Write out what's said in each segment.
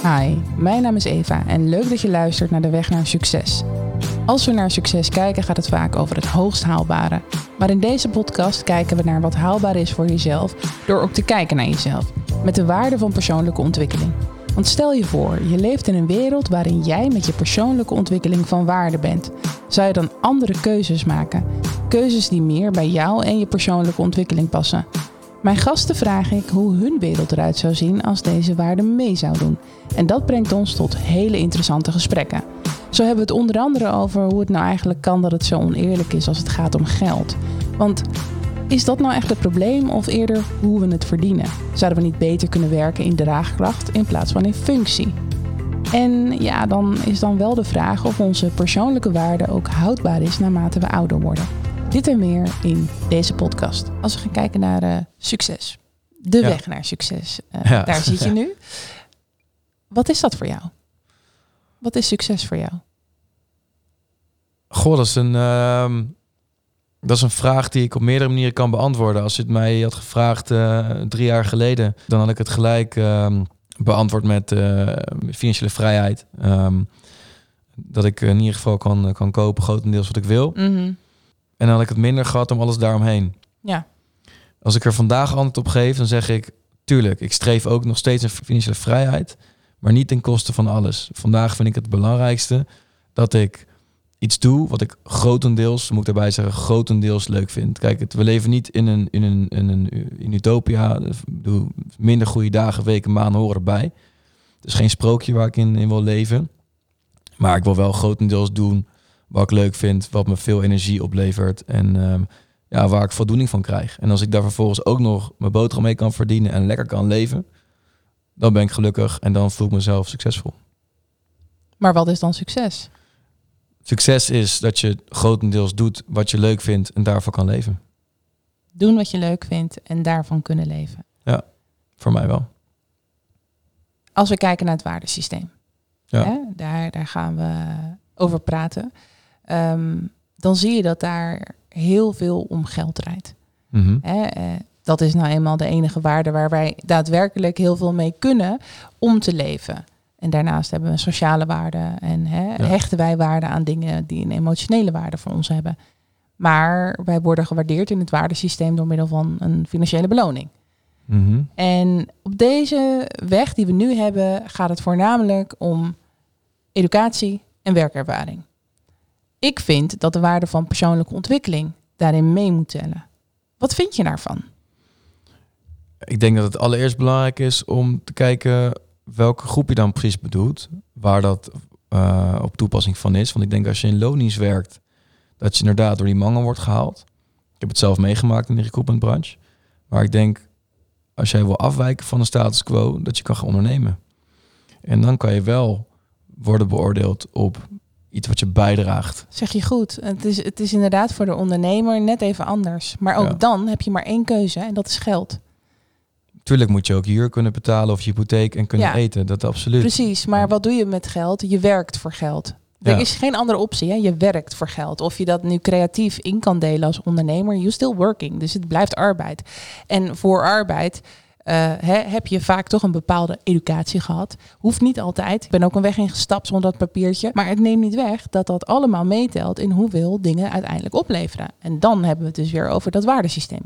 Hi, mijn naam is Eva en leuk dat je luistert naar de weg naar succes. Als we naar succes kijken, gaat het vaak over het hoogst haalbare. Maar in deze podcast kijken we naar wat haalbaar is voor jezelf door ook te kijken naar jezelf. Met de waarde van persoonlijke ontwikkeling. Want stel je voor, je leeft in een wereld waarin jij met je persoonlijke ontwikkeling van waarde bent. Zou je dan andere keuzes maken? Keuzes die meer bij jou en je persoonlijke ontwikkeling passen. Mijn gasten vraag ik hoe hun wereld eruit zou zien als deze waarden mee zou doen. En dat brengt ons tot hele interessante gesprekken. Zo hebben we het onder andere over hoe het nou eigenlijk kan dat het zo oneerlijk is als het gaat om geld. Want is dat nou echt het probleem of eerder hoe we het verdienen? Zouden we niet beter kunnen werken in draagkracht in plaats van in functie? En ja, dan is dan wel de vraag of onze persoonlijke waarde ook houdbaar is naarmate we ouder worden. Dit en meer in deze podcast. Als we gaan kijken naar succes. De weg naar succes. Daar zit je nu. Wat is dat voor jou? Wat is succes voor jou? Goh, dat is een vraag die ik op meerdere manieren kan beantwoorden. Als je het mij had gevraagd 3 jaar geleden, dan had ik het gelijk beantwoord met financiële vrijheid. Dat ik in ieder geval kan kopen, grotendeels wat ik wil. Mm-hmm. En dan had ik het minder gehad om alles daaromheen. Ja. Als ik er vandaag antwoord op geef, dan zeg ik, tuurlijk, ik streef ook nog steeds een financiële vrijheid, maar niet ten koste van alles. Vandaag vind ik het belangrijkste dat ik iets doe wat ik grotendeels, moet ik daarbij zeggen, grotendeels leuk vind. Kijk, we leven niet in een utopia. Minder goede dagen, weken, maanden horen erbij. Het is geen sprookje waar ik in wil leven. Maar ik wil wel grotendeels doen wat ik leuk vind, wat me veel energie oplevert en waar ik voldoening van krijg. En als ik daar vervolgens ook nog mijn boterham mee kan verdienen en lekker kan leven, dan ben ik gelukkig en dan voel ik mezelf succesvol. Maar wat is dan succes? Succes is dat je grotendeels doet wat je leuk vindt en daarvan kan leven. Doen wat je leuk vindt en daarvan kunnen leven. Ja, voor mij wel. Als we kijken naar het waardesysteem. Ja. Daar gaan we over praten. Dan zie je dat daar heel veel om geld draait. Mm-hmm. Dat is nou eenmaal de enige waarde waar wij daadwerkelijk heel veel mee kunnen om te leven. En daarnaast hebben we een sociale waarde en hechten wij waarde aan dingen die een emotionele waarde voor ons hebben. Maar wij worden gewaardeerd in het waardesysteem door middel van een financiële beloning. Mm-hmm. En op deze weg die we nu hebben gaat het voornamelijk om educatie en werkervaring. Ik vind dat de waarde van persoonlijke ontwikkeling daarin mee moet tellen. Wat vind je daarvan? Ik denk dat het allereerst belangrijk is om te kijken welke groep je dan precies bedoelt, waar dat op toepassing van is. Want ik denk als je in loondienst werkt, dat je inderdaad door die mangel wordt gehaald. Ik heb het zelf meegemaakt in de recruitmentbranche. Maar ik denk, als jij wil afwijken van de status quo, dat je kan gaan ondernemen. En dan kan je wel worden beoordeeld op iets wat je bijdraagt. Zeg je goed. Het is inderdaad voor de ondernemer net even anders. Maar ook dan heb je maar 1 keuze en dat is geld. Tuurlijk moet je ook je huur kunnen betalen of je hypotheek en kunnen eten. Dat absoluut. Precies, maar wat doe je met geld? Je werkt voor geld. Er is geen andere optie. Hè? Je werkt voor geld. Of je dat nu creatief in kan delen als ondernemer, you're still working. Dus het blijft arbeid. En voor arbeid heb je vaak toch een bepaalde educatie gehad. Hoeft niet altijd. Ik ben ook een weg ingestapt zonder dat papiertje. Maar het neemt niet weg dat dat allemaal meetelt in hoeveel dingen uiteindelijk opleveren. En dan hebben we het dus weer over dat waardesysteem.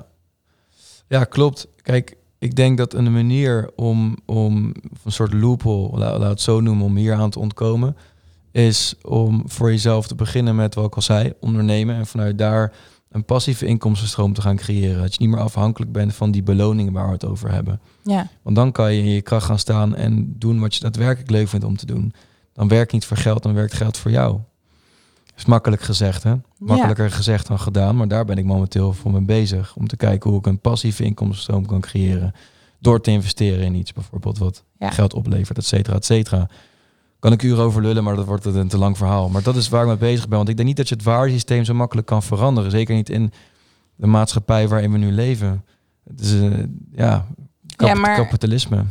Ja, klopt. Kijk, ik denk dat een manier om een soort loophole, laat het zo noemen, om hier aan te ontkomen, is om voor jezelf te beginnen met, wat ik al zei, ondernemen en vanuit daar een passieve inkomstenstroom te gaan creëren. Dat je niet meer afhankelijk bent van die beloningen waar we het over hebben. Ja. Want dan kan je in je kracht gaan staan en doen wat je daadwerkelijk leuk vindt om te doen. Dan werkt niet voor geld, dan werkt geld voor jou. Dat is makkelijk gezegd, hè? Makkelijker gezegd dan gedaan, maar daar ben ik momenteel voor mee bezig. Om te kijken hoe ik een passieve inkomstenstroom kan creëren. Door te investeren in iets, bijvoorbeeld wat geld oplevert, et cetera, et cetera. Kan ik uren over lullen, maar dat wordt een te lang verhaal. Maar dat is waar ik mee bezig ben. Want ik denk niet dat je het waardesysteem zo makkelijk kan veranderen. Zeker niet in de maatschappij waarin we nu leven. Het is kapitalisme.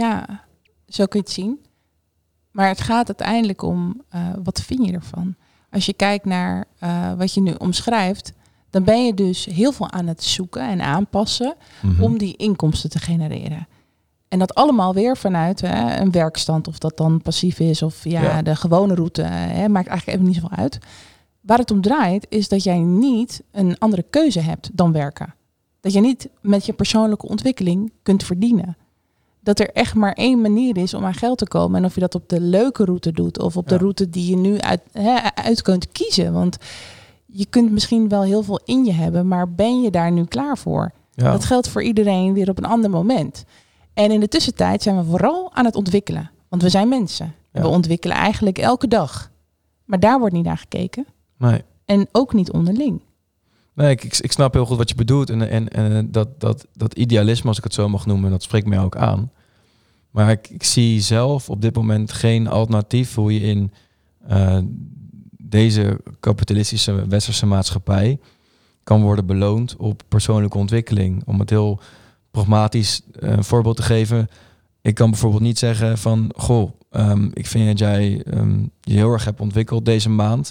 Zo kun je het zien. Maar het gaat uiteindelijk om, wat vind je ervan? Als je kijkt naar wat je nu omschrijft, dan ben je dus heel veel aan het zoeken en aanpassen om die inkomsten te genereren. En dat allemaal weer vanuit een werkstand, of dat dan passief is of de gewone route, maakt eigenlijk even niet zoveel uit. Waar het om draait is dat jij niet een andere keuze hebt dan werken. Dat je niet met je persoonlijke ontwikkeling kunt verdienen. Dat er echt maar één manier is om aan geld te komen. En of je dat op de leuke route doet of op de route die je nu uit kunt kiezen. Want je kunt misschien wel heel veel in je hebben, maar ben je daar nu klaar voor? Ja. Dat geldt voor iedereen weer op een ander moment. En in de tussentijd zijn we vooral aan het ontwikkelen. Want we zijn mensen. Ja. We ontwikkelen eigenlijk elke dag. Maar daar wordt niet naar gekeken. Nee. En ook niet onderling. Nee, ik snap heel goed wat je bedoelt. En dat idealisme, als ik het zo mag noemen, dat spreekt mij ook aan. Maar ik zie zelf op dit moment geen alternatief hoe je in deze kapitalistische westerse maatschappij kan worden beloond op persoonlijke ontwikkeling. Om het heel pragmatisch een voorbeeld te geven. Ik kan bijvoorbeeld niet zeggen van, goh, ik vind dat jij je heel erg hebt ontwikkeld deze maand.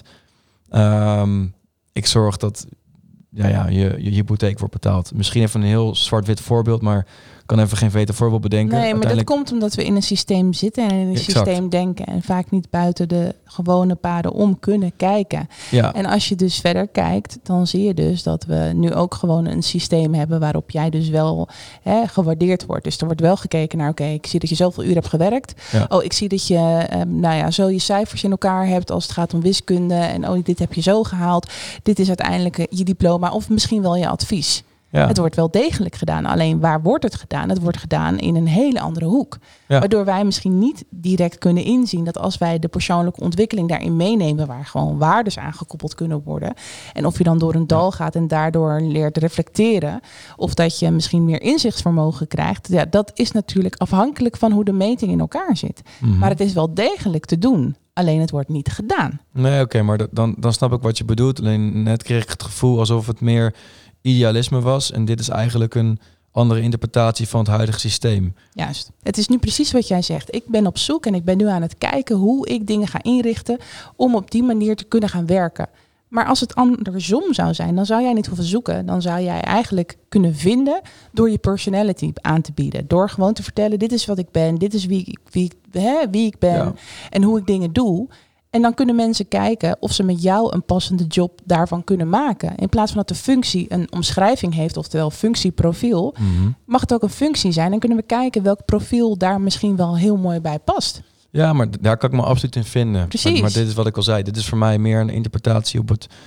Ik zorg dat je hypotheek wordt betaald. Misschien even een heel zwart-wit voorbeeld, maar kan even geen beter voorbeeld bedenken. Nee, maar dat komt omdat we in een systeem zitten en in een systeem denken en vaak niet buiten de gewone paden om kunnen kijken. Ja. En als je dus verder kijkt, dan zie je dus dat we nu ook gewoon een systeem hebben waarop jij dus wel gewaardeerd wordt. Dus er wordt wel gekeken naar, oké, ik zie dat je zoveel uur hebt gewerkt. Ja. Oh, ik zie dat je zo je cijfers in elkaar hebt als het gaat om wiskunde. En dit heb je zo gehaald. Dit is uiteindelijk je diploma of misschien wel je advies. Ja. Het wordt wel degelijk gedaan. Alleen waar wordt het gedaan? Het wordt gedaan in een hele andere hoek. Ja. Waardoor wij misschien niet direct kunnen inzien dat als wij de persoonlijke ontwikkeling daarin meenemen, waar gewoon waardes aan gekoppeld kunnen worden. En of je dan door een dal gaat en daardoor leert reflecteren. Of dat je misschien meer inzichtsvermogen krijgt. Ja, dat is natuurlijk afhankelijk van hoe de meting in elkaar zit. Mm-hmm. Maar het is wel degelijk te doen. Alleen het wordt niet gedaan. Nee, oké, maar dan snap ik wat je bedoelt. Alleen net kreeg ik het gevoel alsof het meer idealisme was. En dit is eigenlijk een andere interpretatie van het huidige systeem. Juist. Het is nu precies wat jij zegt. Ik ben op zoek en ik ben nu aan het kijken hoe ik dingen ga inrichten om op die manier te kunnen gaan werken. Maar als het andersom zou zijn, dan zou jij niet hoeven zoeken. Dan zou jij eigenlijk kunnen vinden door je personality aan te bieden. Door gewoon te vertellen, dit is wat ik ben, dit is wie ik ben en hoe ik dingen doe. En dan kunnen mensen kijken of ze met jou een passende job daarvan kunnen maken. In plaats van dat de functie een omschrijving heeft, oftewel functieprofiel, mag het ook een functie zijn. En kunnen we kijken welk profiel daar misschien wel heel mooi bij past. Ja, maar daar kan ik me absoluut in vinden. Precies. Maar dit is wat ik al zei. Dit is voor mij meer een interpretatie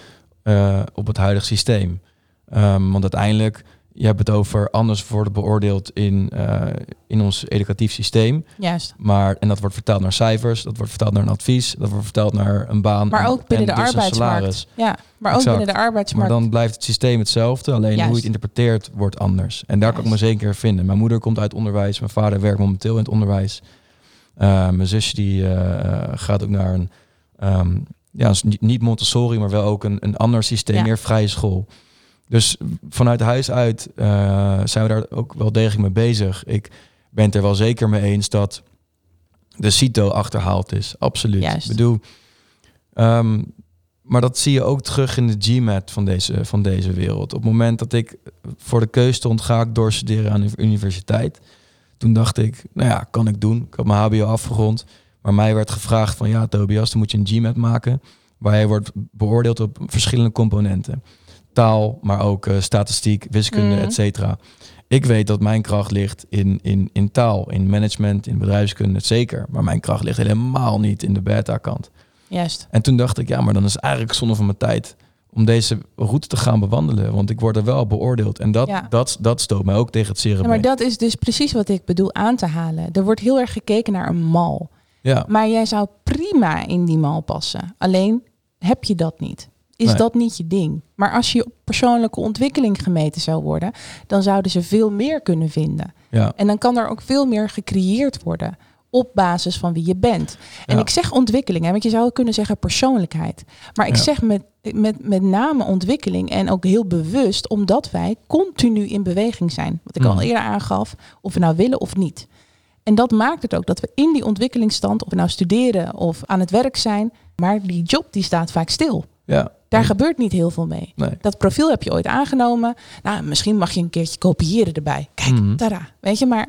op het huidige systeem. Want uiteindelijk, je hebt het over anders worden beoordeeld in ons educatief systeem. Juist. En dat wordt vertaald naar cijfers, dat wordt vertaald naar een advies, dat wordt vertaald naar een baan. Maar ook binnen de dus arbeidsmarkt. Ja, maar ook binnen de arbeidsmarkt. Maar dan blijft het systeem hetzelfde, alleen hoe je het interpreteert wordt anders. En daar kan ik me zeker vinden. Mijn moeder komt uit onderwijs, mijn vader werkt momenteel in het onderwijs. Mijn zusje die gaat ook naar een niet Montessori, maar wel ook een ander systeem, meer vrije school. Dus vanuit huis uit zijn we daar ook wel degelijk mee bezig. Ik ben het er wel zeker mee eens dat de CITO achterhaald is. Absoluut. Juist. Ik bedoel, maar dat zie je ook terug in de GMAT van deze wereld. Op het moment dat ik voor de keus stond, ga ik doorstuderen aan de universiteit. Toen dacht ik, kan ik doen. Ik had mijn HBO afgerond. Maar mij werd gevraagd van, ja Tobias, dan moet je een GMAT maken. Waar je wordt beoordeeld op verschillende componenten. Taal, maar ook statistiek, wiskunde, et cetera. Ik weet dat mijn kracht ligt in taal, in management, in bedrijfskunde, zeker. Maar mijn kracht ligt helemaal niet in de beta-kant. Juist. En toen dacht ik, maar dan is het eigenlijk zonde van mijn tijd om deze route te gaan bewandelen. Want ik word er wel beoordeeld. En dat stoot mij ook tegen het zere been. Maar dat is dus precies wat ik bedoel aan te halen. Er wordt heel erg gekeken naar een mal. Ja. Maar jij zou prima in die mal passen. Alleen heb je dat niet. Is dat niet je ding? Maar als je op persoonlijke ontwikkeling gemeten zou worden, dan zouden ze veel meer kunnen vinden. Ja. En dan kan er ook veel meer gecreëerd worden op basis van wie je bent. En ik zeg ontwikkeling, want je zou kunnen zeggen persoonlijkheid. Maar ik zeg met name ontwikkeling en ook heel bewust, omdat wij continu in beweging zijn. Wat ik al eerder aangaf, of we nou willen of niet. En dat maakt het ook dat we in die ontwikkelingsstand, of we nou studeren of aan het werk zijn, maar die job die staat vaak stil. Ja. Daar gebeurt niet heel veel mee. Nee. Dat profiel heb je ooit aangenomen. Nou, misschien mag je een keertje kopiëren erbij. Kijk, tada. Weet je, maar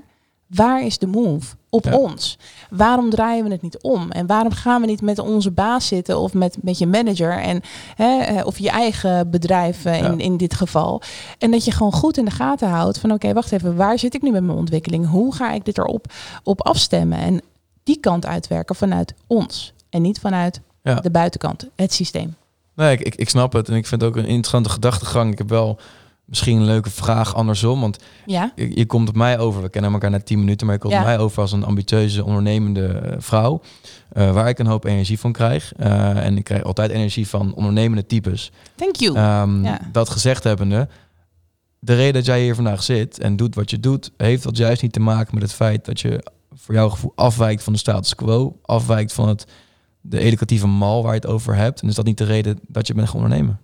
Waar is de move op ons? Waarom draaien we het niet om? En waarom gaan we niet met onze baas zitten of met je manager en of je eigen bedrijf in dit geval? En dat je gewoon goed in de gaten houdt van oké, wacht even, waar zit ik nu met mijn ontwikkeling? Hoe ga ik dit erop afstemmen? En die kant uitwerken vanuit ons en niet vanuit de buitenkant, het systeem. Nee, ik snap het en ik vind het ook een interessante gedachtegang. Ik heb wel misschien een leuke vraag andersom, want je komt op mij over, we kennen elkaar net 10 minuten, maar je komt op mij over als een ambitieuze, ondernemende vrouw, waar ik een hoop energie van krijg. En ik krijg altijd energie van ondernemende types. Thank you. Dat gezegd hebbende, de reden dat jij hier vandaag zit en doet wat je doet, heeft dat juist niet te maken met het feit dat je voor jouw gevoel afwijkt van de status quo, afwijkt van de educatieve mal waar je het over hebt. En is dat niet de reden dat je bent gaan ondernemen?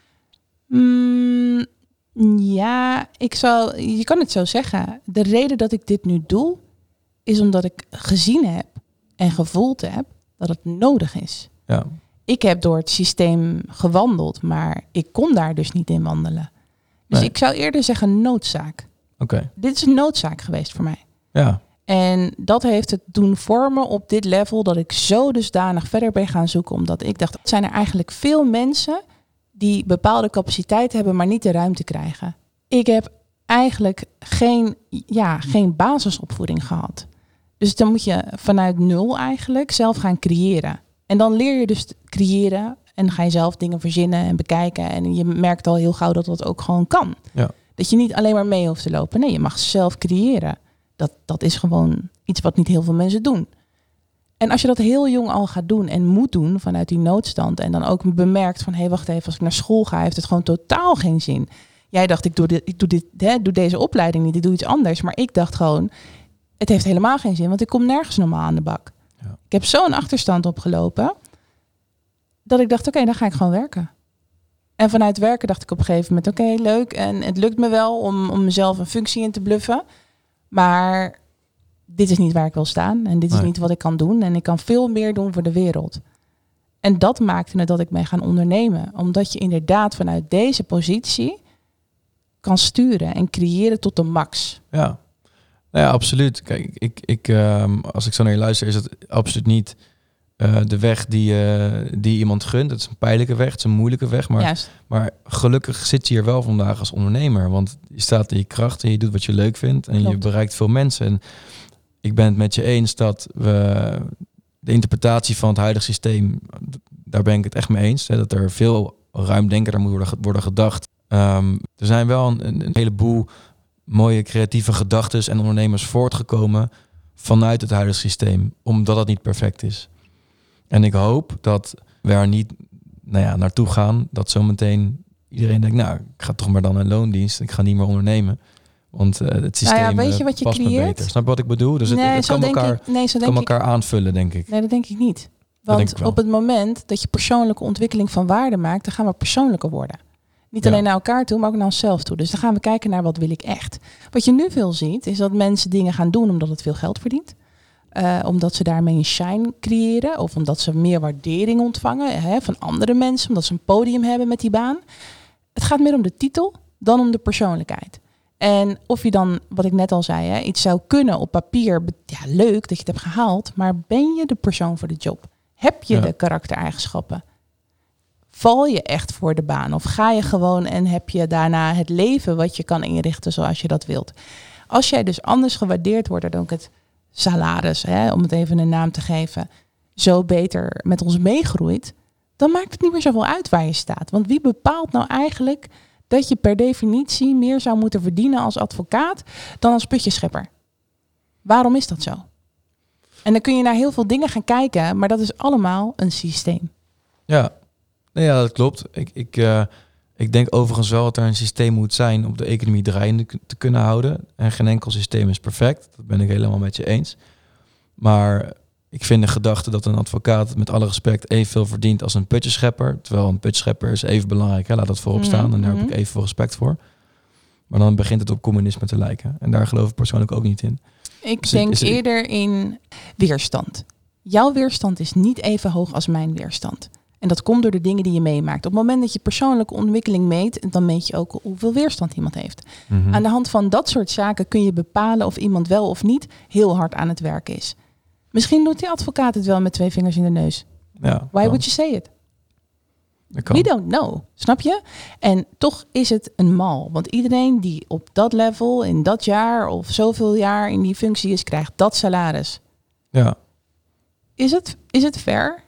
Ja, je kan het zo zeggen. De reden dat ik dit nu doe, is omdat ik gezien heb en gevoeld heb dat het nodig is. Ja. Ik heb door het systeem gewandeld, maar ik kon daar dus niet in wandelen. Dus ik zou eerder zeggen noodzaak. Okay. Dit is een noodzaak geweest voor mij. Ja. En dat heeft het doen vormen op dit level dat ik zo dusdanig verder ben gaan zoeken. Omdat ik dacht, zijn er eigenlijk veel mensen die bepaalde capaciteit hebben, maar niet de ruimte krijgen. Ik heb eigenlijk geen basisopvoeding gehad. Dus dan moet je vanuit nul eigenlijk zelf gaan creëren. En dan leer je dus te creëren en ga je zelf dingen verzinnen en bekijken. En je merkt al heel gauw dat dat ook gewoon kan. Ja. Dat je niet alleen maar mee hoeft te lopen. Nee, je mag zelf creëren. Dat is gewoon iets wat niet heel veel mensen doen. En als je dat heel jong al gaat doen en moet doen vanuit die noodstand en dan ook bemerkt van, wacht even, als ik naar school ga, heeft het gewoon totaal geen zin. Jij dacht, ik doe deze opleiding niet, ik doe iets anders. Maar ik dacht gewoon, het heeft helemaal geen zin, want ik kom nergens normaal aan de bak. Ja. Ik heb zo'n achterstand opgelopen dat ik dacht, oké, dan ga ik gewoon werken. En vanuit werken dacht ik op een gegeven moment, oké, leuk. En het lukt me wel om mezelf een functie in te bluffen. Maar dit is niet waar ik wil staan. En dit is niet wat ik kan doen. En ik kan veel meer doen voor de wereld. En dat maakte het dat ik mee gaan ondernemen. Omdat je inderdaad vanuit deze positie kan sturen en creëren tot de max. Ja, nou ja, absoluut. Kijk, als ik zo naar je luister, is het absoluut niet de weg die iemand gunt. Het is een pijnlijke weg, het is een moeilijke weg. Maar gelukkig zit je hier wel vandaag als ondernemer. Want je staat in je kracht en je doet wat je leuk vindt. En je bereikt veel mensen. En ik ben het met je eens dat we de interpretatie van het huidige systeem, daar ben ik het echt mee eens. Hè, dat er veel ruimdenker moet worden gedacht. Er zijn wel een heleboel mooie creatieve gedachtes en ondernemers voortgekomen vanuit het huidige systeem, omdat het niet perfect is. En ik hoop dat we er niet naartoe gaan, dat zometeen iedereen denkt, ik ga toch maar dan in loondienst, ik ga niet meer ondernemen. Want het systeem weet je wat je past me creëert? beter. Snap je wat ik bedoel? Dus het kan elkaar aanvullen, denk ik. Nee, dat denk ik niet. Want op het moment dat je persoonlijke ontwikkeling van waarde maakt, dan gaan we persoonlijker worden. Niet alleen naar elkaar toe, maar ook naar onszelf toe. Dus dan gaan we kijken naar wat wil ik echt. Wat je nu veel ziet, is dat mensen dingen gaan doen omdat het veel geld verdient. Omdat ze daarmee een shine creëren. Of omdat ze meer waardering ontvangen van andere mensen. Omdat ze een podium hebben met die baan. Het gaat meer om de titel dan om de persoonlijkheid. En of je dan, wat ik net al zei, iets zou kunnen op papier. Leuk dat je het hebt gehaald. Maar ben je de persoon voor de job? Heb je de karaktereigenschappen? Val je echt voor de baan? Of ga je gewoon en heb je daarna het leven wat je kan inrichten zoals je dat wilt? Als jij dus anders gewaardeerd wordt dan ook het salaris, om het even een naam te geven, zo beter met ons meegroeit, dan maakt het niet meer zoveel uit waar je staat. Want wie bepaalt nou eigenlijk dat je per definitie meer zou moeten verdienen als advocaat dan als putjeschepper? Waarom is dat zo? En dan kun je naar heel veel dingen gaan kijken, maar dat is allemaal een systeem. Ja, dat klopt. Ik denk overigens wel dat er een systeem moet zijn om de economie draaiende te kunnen houden. En geen enkel systeem is perfect. Dat ben ik helemaal met je eens. Maar ik vind de gedachte dat een advocaat met alle respect evenveel verdient als een putjeschepper. Terwijl een putjeschepper is even belangrijk. Laat dat voorop staan. En daar heb ik evenveel respect voor. Maar dan begint het op communisme te lijken. En daar geloof ik persoonlijk ook niet in. Ik denk eerder in weerstand. Jouw weerstand is niet even hoog als mijn weerstand. En dat komt door de dingen die je meemaakt. Op het moment dat je persoonlijke ontwikkeling meet, dan meet je ook hoeveel weerstand iemand heeft. Mhm. Aan de hand van dat soort zaken kun je bepalen of iemand wel of niet heel hard aan het werk is. Misschien doet die advocaat het wel met 2 vingers in de neus. Ja, Why kan. would you say it? Dat kan. We don't know, snap je? En toch is het een mal. Want iedereen die op dat level, in dat jaar of zoveel jaar in die functie is, krijgt dat salaris. Ja. Is het fair?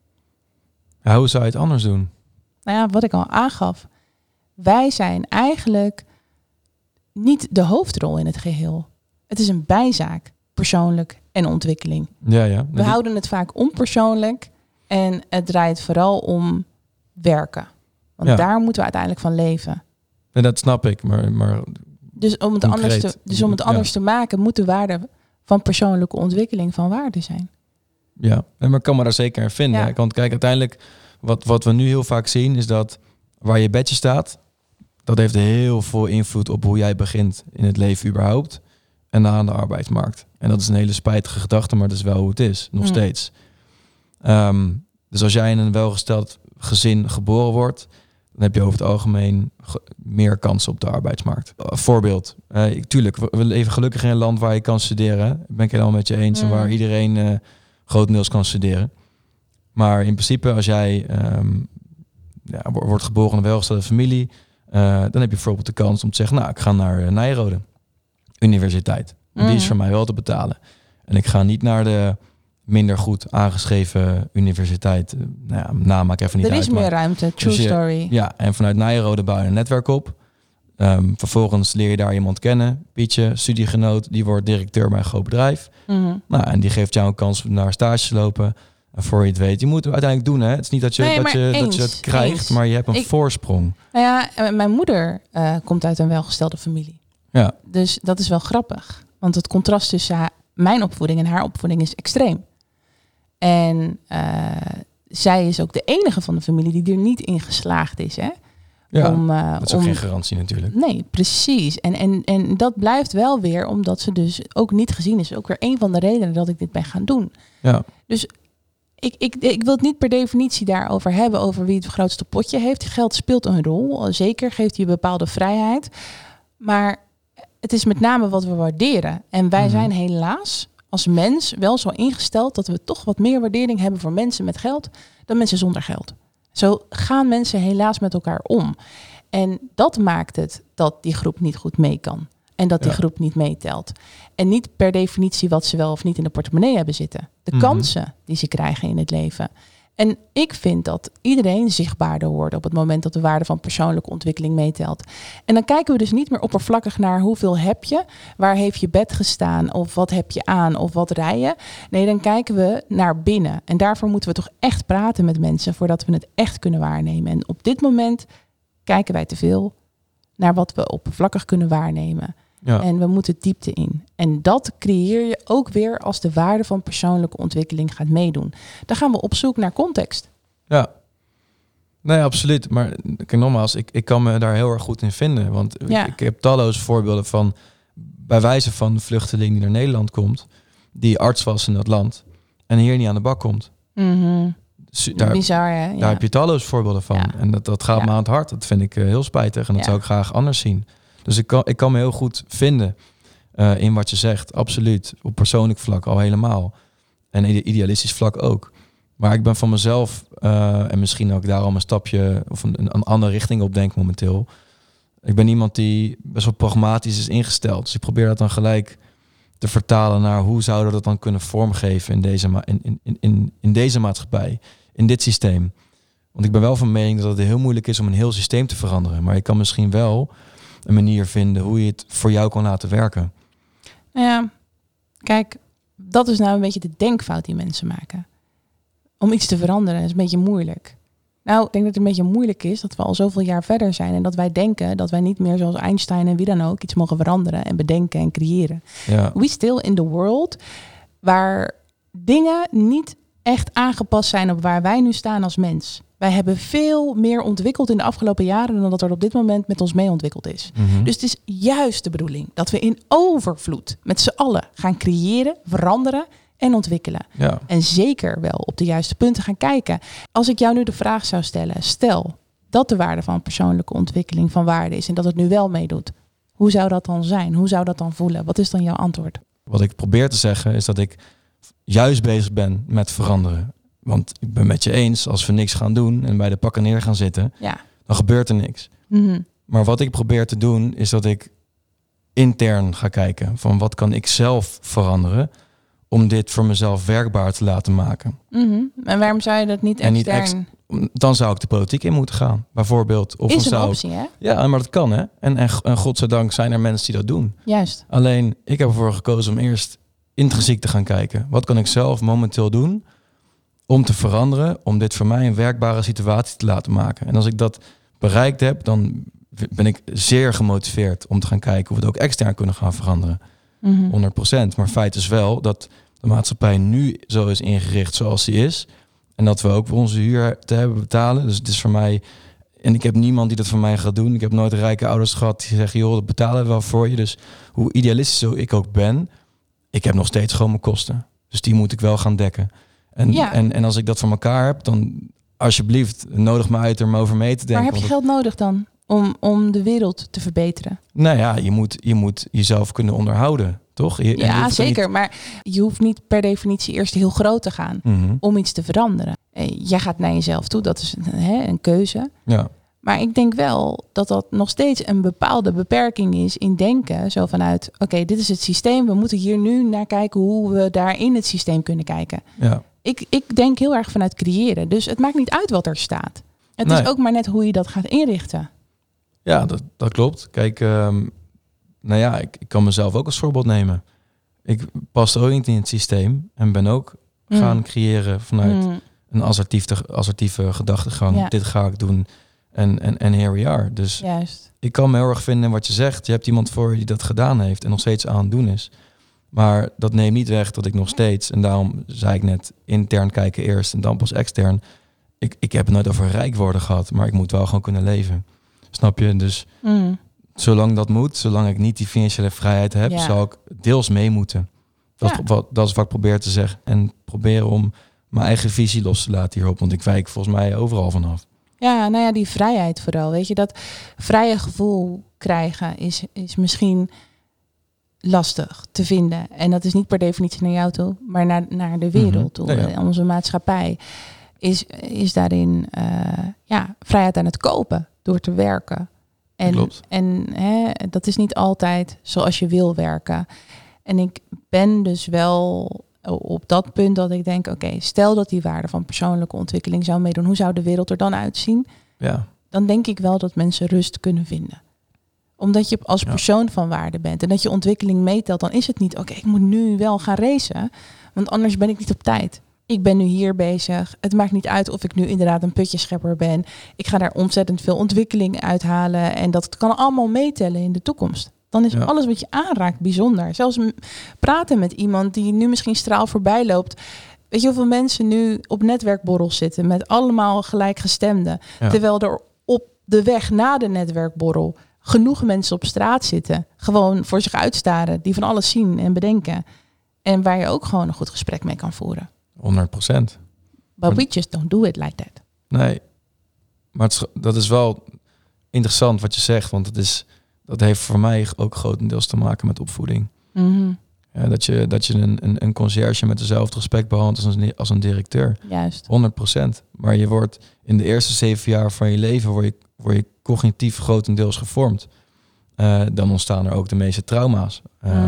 Ja, hoe zou je het anders doen? Nou ja, wat ik al aangaf. Wij zijn eigenlijk niet de hoofdrol in het geheel. Het is een bijzaak, persoonlijk en ontwikkeling. Ja. We houden het vaak onpersoonlijk en het draait vooral om werken. Want Ja. daar moeten we uiteindelijk van leven. En dat snap ik, maar Dus om het anders te maken, moet de waarde van persoonlijke ontwikkeling van waarde zijn. ja, maar ik kan me daar zeker in vinden. Ja. Want kijk, uiteindelijk, wat we nu heel vaak zien, is dat waar je bedje staat, dat heeft heel veel invloed op hoe jij begint in het leven überhaupt. En dan aan de arbeidsmarkt. En dat is een hele spijtige gedachte, maar dat is wel hoe het is, nog steeds. Dus als jij in een welgesteld gezin geboren wordt, dan heb je over het algemeen meer kansen op de arbeidsmarkt. Voorbeeld, tuurlijk, we leven gelukkig in een land waar je kan studeren. Hè? Ben ik helemaal met je eens. En waar iedereen grotendeels kan studeren. Maar in principe, als jij wordt geboren in een welgestelde familie, dan heb je bijvoorbeeld de kans om te zeggen, nou, ik ga naar Nijrode Universiteit. Die is voor mij wel te betalen. En ik ga niet naar de minder goed aangeschreven universiteit. Naam maak ik even niet uit. Er is meer ruimte, true story. Ja, en vanuit Nijrode bouw je een netwerk op. Vervolgens leer je daar iemand kennen. Pietje, studiegenoot, die wordt directeur bij een groot bedrijf. Mm-hmm. Nou, en die geeft jou een kans om naar stage te lopen. En voor je het weet, je moet het uiteindelijk doen. Hè? Het is niet dat je het krijgt, maar je hebt een voorsprong. Nou ja, mijn moeder komt uit een welgestelde familie. Ja. Dus dat is wel grappig. Want het contrast tussen mijn opvoeding en haar opvoeding is extreem. En zij is ook de enige van de familie die er niet in geslaagd is. Hè? Ja, dat is ook geen garantie natuurlijk. Nee, precies. En dat blijft wel weer omdat ze dus ook niet gezien is. Ook weer een van de redenen dat ik dit ben gaan doen. Ja. Dus ik wil het niet per definitie daarover hebben, over wie het grootste potje heeft. Geld speelt een rol. Zeker geeft je bepaalde vrijheid. Maar het is met name wat we waarderen. En wij zijn helaas als mens wel zo ingesteld dat we toch wat meer waardering hebben voor mensen met geld dan mensen zonder geld. Zo gaan mensen helaas met elkaar om. En dat maakt het dat die groep niet goed mee kan. En dat die groep niet meetelt. En niet per definitie wat ze wel of niet in de portemonnee hebben zitten. De kansen die ze krijgen in het leven. En ik vind dat iedereen zichtbaarder wordt op het moment dat de waarde van persoonlijke ontwikkeling meetelt. En dan kijken we dus niet meer oppervlakkig naar hoeveel heb je, waar heeft je bed gestaan of wat heb je aan of wat rij je. Nee, dan kijken we naar binnen. En daarvoor moeten we toch echt praten met mensen voordat we het echt kunnen waarnemen. En op dit moment kijken wij te veel naar wat we oppervlakkig kunnen waarnemen. Ja. En we moeten diepte in. En dat creëer je ook weer als de waarde van persoonlijke ontwikkeling gaat meedoen. Dan gaan we op zoek naar context. Ja, nee, absoluut. Maar nogmaals, ik kan me daar heel erg goed in vinden. Want ik heb talloze voorbeelden van, bij wijze van de vluchteling die naar Nederland komt, die arts was in dat land en hier niet aan de bak komt. Mm-hmm. Bizar, hè? Daar heb je talloze voorbeelden van. Ja. En dat gaat me aan het hart. Dat vind ik heel spijtig. En dat zou ik graag anders zien. Dus ik kan me heel goed vinden in wat je zegt. Absoluut. Op persoonlijk vlak al helemaal. En idealistisch vlak ook. Maar ik ben van mezelf, en misschien ook daarom een stapje of een andere richting op denk momenteel. Ik ben iemand die best wel pragmatisch is ingesteld. Dus ik probeer dat dan gelijk te vertalen naar hoe zouden we dat dan kunnen vormgeven in deze maatschappij, in dit systeem. Want ik ben wel van mening dat het heel moeilijk is om een heel systeem te veranderen. Maar je kan misschien wel een manier vinden hoe je het voor jou kan laten werken. Nou ja, kijk, dat is nou een beetje de denkfout die mensen maken. Om iets te veranderen is een beetje moeilijk. Nou, ik denk dat het een beetje moeilijk is dat we al zoveel jaar verder zijn en dat wij denken dat wij niet meer zoals Einstein en wie dan ook iets mogen veranderen en bedenken en creëren. Ja. We still in the world waar dingen niet echt aangepast zijn op waar wij nu staan als mens. Wij hebben veel meer ontwikkeld in de afgelopen jaren dan dat er op dit moment met ons mee ontwikkeld is. Mm-hmm. Dus het is juist de bedoeling dat we in overvloed met z'n allen gaan creëren, veranderen en ontwikkelen. Ja. En zeker wel op de juiste punten gaan kijken. Als ik jou nu de vraag zou stellen, stel dat de waarde van persoonlijke ontwikkeling van waarde is en dat het nu wel meedoet. Hoe zou dat dan zijn? Hoe zou dat dan voelen? Wat is dan jouw antwoord? Wat ik probeer te zeggen is dat ik juist bezig ben met veranderen. Want ik ben met je eens, als we niks gaan doen en bij de pakken neer gaan zitten, dan gebeurt er niks. Mm-hmm. Maar wat ik probeer te doen is dat ik intern ga kijken van wat kan ik zelf veranderen om dit voor mezelf werkbaar te laten maken. Mm-hmm. En waarom zou je dat niet extern? Dan zou ik de politiek in moeten gaan, bijvoorbeeld. Of is een optie, hè? Ja, maar dat kan, hè? En godzijdank zijn er mensen die dat doen. Juist. Alleen, ik heb ervoor gekozen om eerst intrinsiek te gaan kijken. Wat kan ik zelf momenteel doen om te veranderen, om dit voor mij een werkbare situatie te laten maken? En als ik dat bereikt heb, dan ben ik zeer gemotiveerd om te gaan kijken of we het ook extern kunnen gaan veranderen. Mm-hmm. 100%. Maar feit is wel dat de maatschappij nu zo is ingericht zoals die is. En dat we ook voor onze huur te hebben betalen. Dus het is voor mij... En ik heb niemand die dat voor mij gaat doen. Ik heb nooit rijke ouders gehad die zeggen, joh, dat betalen we wel voor je. Dus hoe idealistisch ik ook ben, ik heb nog steeds gewoon mijn kosten. Dus die moet ik wel gaan dekken. En als ik dat voor elkaar heb, dan alsjeblieft, nodig me uit er maar over mee te denken. Maar heb je geld nodig dan om de wereld te verbeteren? Nou ja, je moet jezelf kunnen onderhouden, toch? Ja, zeker. Niet... Maar je hoeft niet per definitie eerst heel groot te gaan om iets te veranderen. Jij gaat naar jezelf toe, dat is een keuze. Ja. Maar ik denk wel dat dat nog steeds een bepaalde beperking is in denken. Zo vanuit, oké, dit is het systeem. We moeten hier nu naar kijken hoe we daar in het systeem kunnen kijken. Ja. Ik denk heel erg vanuit creëren. Dus het maakt niet uit wat er staat. Het is ook maar net hoe je dat gaat inrichten. Ja, dat klopt. Kijk, ik kan mezelf ook als voorbeeld nemen. Ik pas ook niet in het systeem en ben ook gaan creëren vanuit een assertieve gedachtegang. Ja. Dit ga ik doen en here we are. Dus juist. Ik kan me heel erg vinden in wat je zegt. Je hebt iemand voor je die dat gedaan heeft en nog steeds aan het doen is. Maar dat neemt niet weg dat ik nog steeds, en daarom zei ik net, intern kijken eerst en dan pas extern. Ik heb het nooit over rijk worden gehad, maar ik moet wel gewoon kunnen leven. Snap je? Dus zolang dat moet, zolang ik niet die financiële vrijheid heb, zal ik deels mee moeten. Dat is wat ik probeer te zeggen. En proberen om mijn eigen visie los te laten hierop. Want ik wijk volgens mij overal vanaf. Ja, nou ja, die vrijheid vooral. Weet je, dat vrije gevoel krijgen is misschien lastig te vinden. En dat is niet per definitie naar jou toe, maar naar de wereld toe. Ja. Onze maatschappij is daarin vrijheid aan het kopen door te werken. En dat is niet altijd zoals je wil werken. En ik ben dus wel op dat punt dat ik denk, oké, stel dat die waarde van persoonlijke ontwikkeling zou meedoen, hoe zou de wereld er dan uitzien? Ja. Dan denk ik wel dat mensen rust kunnen vinden. Omdat je als persoon van waarde bent en dat je ontwikkeling meetelt, dan is het niet, oké, ik moet nu wel gaan racen, want anders ben ik niet op tijd. Ik ben nu hier bezig. Het maakt niet uit of ik nu inderdaad een putjeschepper ben. Ik ga daar ontzettend veel ontwikkeling uithalen en dat kan allemaal meetellen in de toekomst. Dan is alles wat je aanraakt bijzonder. Zelfs praten met iemand die nu misschien straal voorbij loopt. Weet je hoeveel mensen nu op netwerkborrels zitten met allemaal gelijkgestemden. Ja. Terwijl er op de weg na de netwerkborrel genoeg mensen op straat zitten. Gewoon voor zich uitstaren. Die van alles zien en bedenken. En waar je ook gewoon een goed gesprek mee kan voeren. 100%. But we just don't do it like that. Nee, maar dat is wel interessant wat je zegt. Want dat heeft voor mij ook grotendeels te maken met opvoeding. Mm-hmm. Ja, dat je een conciërge met dezelfde respect behandelt als een directeur. Juist. 100%. Maar je wordt in de eerste 7 jaar van je leven word je cognitief grotendeels gevormd. Dan ontstaan er ook de meeste trauma's.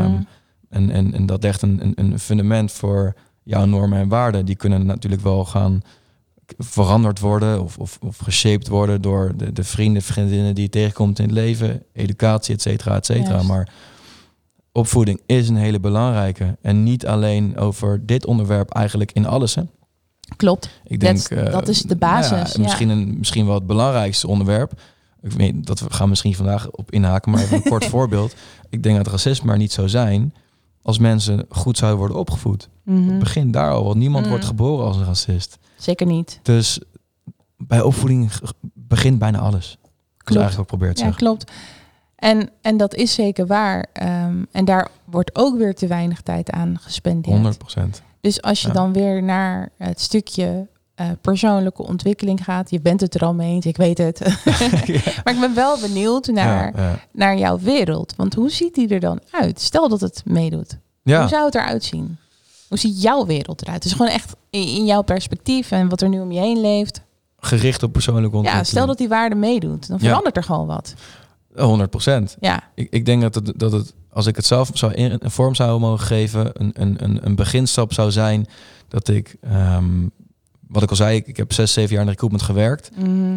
En dat legt een fundament voor jouw normen en waarden. Die kunnen natuurlijk wel gaan veranderd worden of geshaped worden door de vriendinnen die je tegenkomt in het leven, educatie, et cetera, et cetera. Yes. Maar opvoeding is een hele belangrijke. En niet alleen over dit onderwerp, eigenlijk in alles. Hè? Klopt. Ik denk, dat is de basis. Misschien wel het belangrijkste onderwerp. Ik weet dat we gaan misschien vandaag op inhaken, maar even een kort voorbeeld. Ik denk dat racisme er niet zou zijn als mensen goed zouden worden opgevoed. Mm-hmm. Het begint daar al, want niemand wordt geboren als een racist. Zeker niet. Dus bij opvoeding begint bijna alles. Klopt. Dat is eigenlijk wat ik probeer te zeggen. Ja, klopt. En dat is zeker waar. En daar wordt ook weer te weinig tijd aan gespendeerd. 100%. Dus als je dan weer naar het stukje persoonlijke ontwikkeling gaat. Je bent het er al mee eens, ik weet het. Maar ik ben wel benieuwd naar jouw wereld. Want hoe ziet die er dan uit? Stel dat het meedoet. Hoe zou het eruit zien? Hoe ziet jouw wereld eruit? Dus gewoon echt in jouw perspectief en wat er nu om je heen leeft. Gericht op persoonlijke ontwikkeling. Ja, stel dat die waarde meedoet. Dan verandert er gewoon wat. 100%. Ja. Ik denk dat het, als ik het zelf een vorm zou mogen geven, een beginstap zou zijn dat ik, wat ik al zei, ik heb 6-7 jaar in recruitment gewerkt.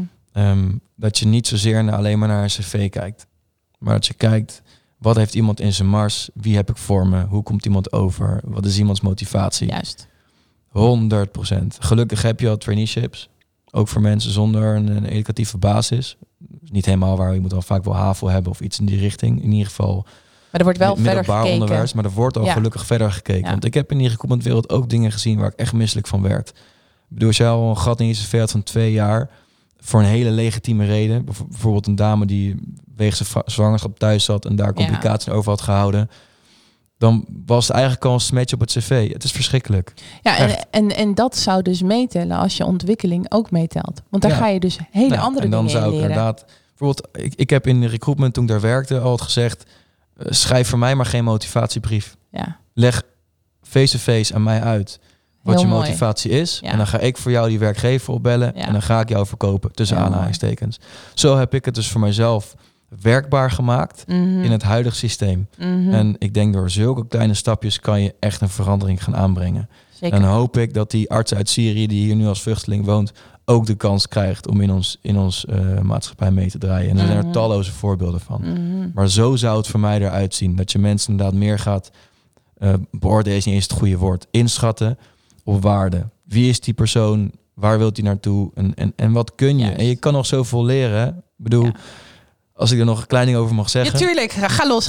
Dat je niet zozeer alleen maar naar een cv kijkt. Maar dat je kijkt, wat heeft iemand in zijn mars? Wie heb ik voor me? Hoe komt iemand over? Wat is iemands motivatie? Juist. 100%. Gelukkig heb je al traineeships. Ook voor mensen zonder een educatieve basis. Niet helemaal waar, je moet al vaak wel HAVO hebben of iets in die richting. In ieder geval. Maar er wordt wel verder gekeken. Onderwijs, maar er wordt al gelukkig verder gekeken. Ja. Want ik heb in die recruitmentwereld ook dingen gezien waar ik echt misselijk van werd. Ik bedoel, als jij al een gat in je cv had van 2 jaar... voor een hele legitieme reden. Bijvoorbeeld een dame die wegens zijn zwangerschap thuis zat... en daar complicaties over had gehouden... dan was het eigenlijk al een smetje op het cv. Het is verschrikkelijk. Ja, en dat zou dus meetellen als je ontwikkeling ook meetelt. Want daar ga je dus hele andere dingen in leren. En dan zou ik inderdaad... Bijvoorbeeld, ik heb in de recruitment toen ik daar werkte altijd gezegd... schrijf voor mij maar geen motivatiebrief. Ja. Leg face-to-face aan mij uit wat je motivatie is. Ja. En dan ga ik voor jou die werkgever opbellen... en dan ga ik jou verkopen, tussen aanhalingstekens. Zo heb ik het dus voor mijzelf... werkbaar gemaakt in het huidige systeem. En ik denk door zulke kleine stapjes kan je echt een verandering gaan aanbrengen. Zeker. En dan hoop ik dat die arts uit Syrië die hier nu als vluchteling woont ook de kans krijgt om in ons maatschappij mee te draaien. En er zijn er talloze voorbeelden van. Maar zo zou het voor mij eruit zien. Dat je mensen inderdaad meer gaat beoordelen is niet eens het goede woord. Inschatten op waarde. Wie is die persoon? Waar wilt hij naartoe? En wat kun je? Juist. En je kan nog zoveel leren. Ik bedoel... Als ik er nog een klein ding over mag zeggen. Ja, tuurlijk. Ga los.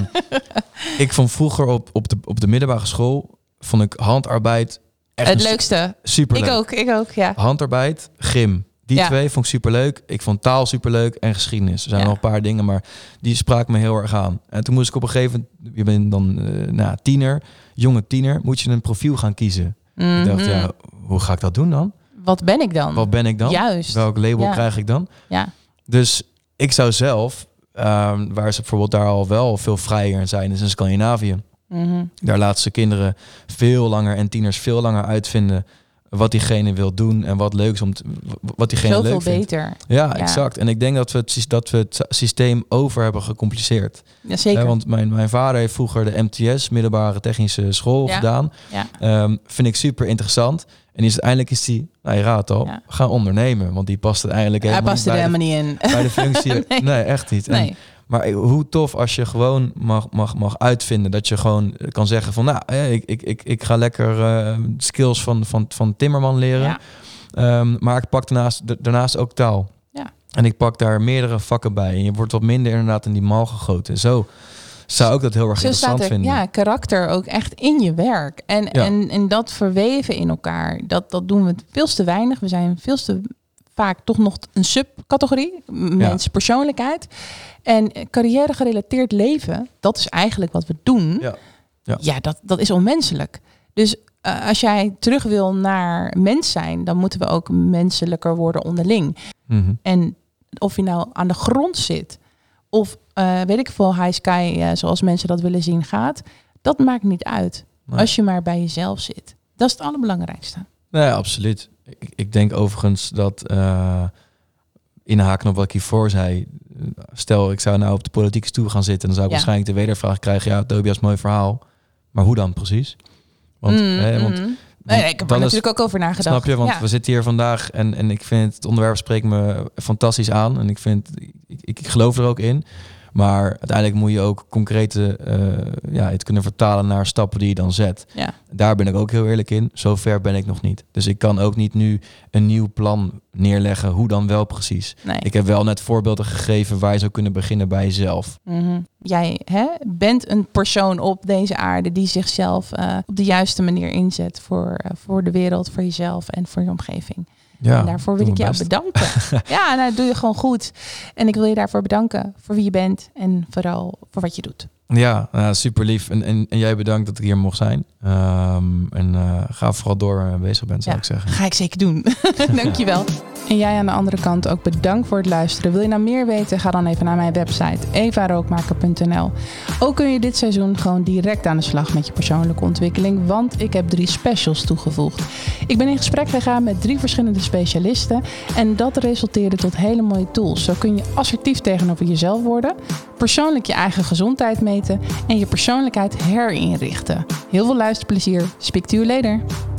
Ik vond vroeger op de middelbare school... vond ik handarbeid echt het leukste. Superleuk. Ik ook, ja. Handarbeit, gym. Die twee vond ik superleuk. Ik vond taal superleuk en geschiedenis. Er zijn nog een paar dingen, maar die spraken me heel erg aan. En toen moest ik op een gegeven moment... Je bent dan jonge tiener... moet je een profiel gaan kiezen. Ik dacht, hoe ga ik dat doen dan? Wat ben ik dan? Juist. Welk label krijg ik dan? Ja. Dus... Ik zou zelf, waar ze bijvoorbeeld daar al wel veel vrijer in zijn, is in Scandinavië. Daar laten ze kinderen veel langer en tieners veel langer uitvinden wat diegene wil doen en wat leuk is wat diegene zoveel leuk vindt. Beter. Ja, exact. En ik denk dat we het systeem over hebben gecompliceerd. Ja, zeker. Want mijn vader heeft vroeger de MTS, middelbare technische school, gedaan. Ja. Vind ik super interessant. En uiteindelijk is hij, je raadt al, gaan ondernemen. Want die past het eigenlijk helemaal niet in. Bij de functie. Nee, echt niet. Nee. Maar hoe tof als je gewoon mag uitvinden. Dat je gewoon kan zeggen van... ik ga lekker skills van timmerman leren. Ja. Maar ik pak daarnaast ook taal. Ja. En ik pak daar meerdere vakken bij. En je wordt wat minder inderdaad in die mal gegoten. Zo zou ik dat heel erg interessant vinden. Ja, karakter ook echt in je werk. En dat verweven in elkaar. Dat doen we veel te weinig. We zijn veel te vaak toch nog een subcategorie. Mensen, persoonlijkheid. En carrière gerelateerd leven, dat is eigenlijk wat we doen. Ja, dat is onmenselijk. Dus als jij terug wil naar mens zijn, dan moeten we ook menselijker worden onderling. En of je nou aan de grond zit of weet ik veel, high sky, zoals mensen dat willen zien gaat, dat maakt niet uit. Nee. Als je maar bij jezelf zit. Dat is het allerbelangrijkste. Nee, absoluut. Ik denk overigens dat inhaken op wat ik hiervoor zei. Stel, ik zou nou op de politieke stoel gaan zitten, dan zou ik waarschijnlijk de wedervraag krijgen. Ja, Tobias, mooi verhaal. Maar hoe dan precies? Want ik heb er natuurlijk ook over nagedacht. Snap je? Want we zitten hier vandaag en ik vind het onderwerp spreekt me fantastisch aan. En ik geloof er ook in. Maar uiteindelijk moet je ook concrete het kunnen vertalen naar stappen die je dan zet. Ja. Daar ben ik ook heel eerlijk in. Zover ben ik nog niet. Dus ik kan ook niet nu een nieuw plan neerleggen. Hoe dan wel precies? Nee. Ik heb wel net voorbeelden gegeven waar je zou kunnen beginnen bij jezelf. Jij bent een persoon op deze aarde die zichzelf op de juiste manier inzet voor de wereld, voor jezelf en voor je omgeving. Ja, en daarvoor wil ik jou bedanken. Dat doe je gewoon goed. En ik wil je daarvoor bedanken voor wie je bent en vooral voor wat je doet. Ja, super lief. En jij bedankt dat ik hier mocht zijn. Ga vooral door waar je bezig bent, zou ik zeggen. Ga ik zeker doen. Dankjewel. En jij aan de andere kant ook bedankt voor het luisteren. Wil je nou meer weten? Ga dan even naar mijn website evarookmaker.nl. Ook kun je dit seizoen gewoon direct aan de slag met je persoonlijke ontwikkeling, want ik heb 3 specials toegevoegd. Ik ben in gesprek gegaan met 3 verschillende specialisten en dat resulteerde tot hele mooie tools. Zo kun je assertief tegenover jezelf worden, persoonlijk je eigen gezondheid meten en je persoonlijkheid herinrichten. Heel veel luisterplezier. Speak to you later.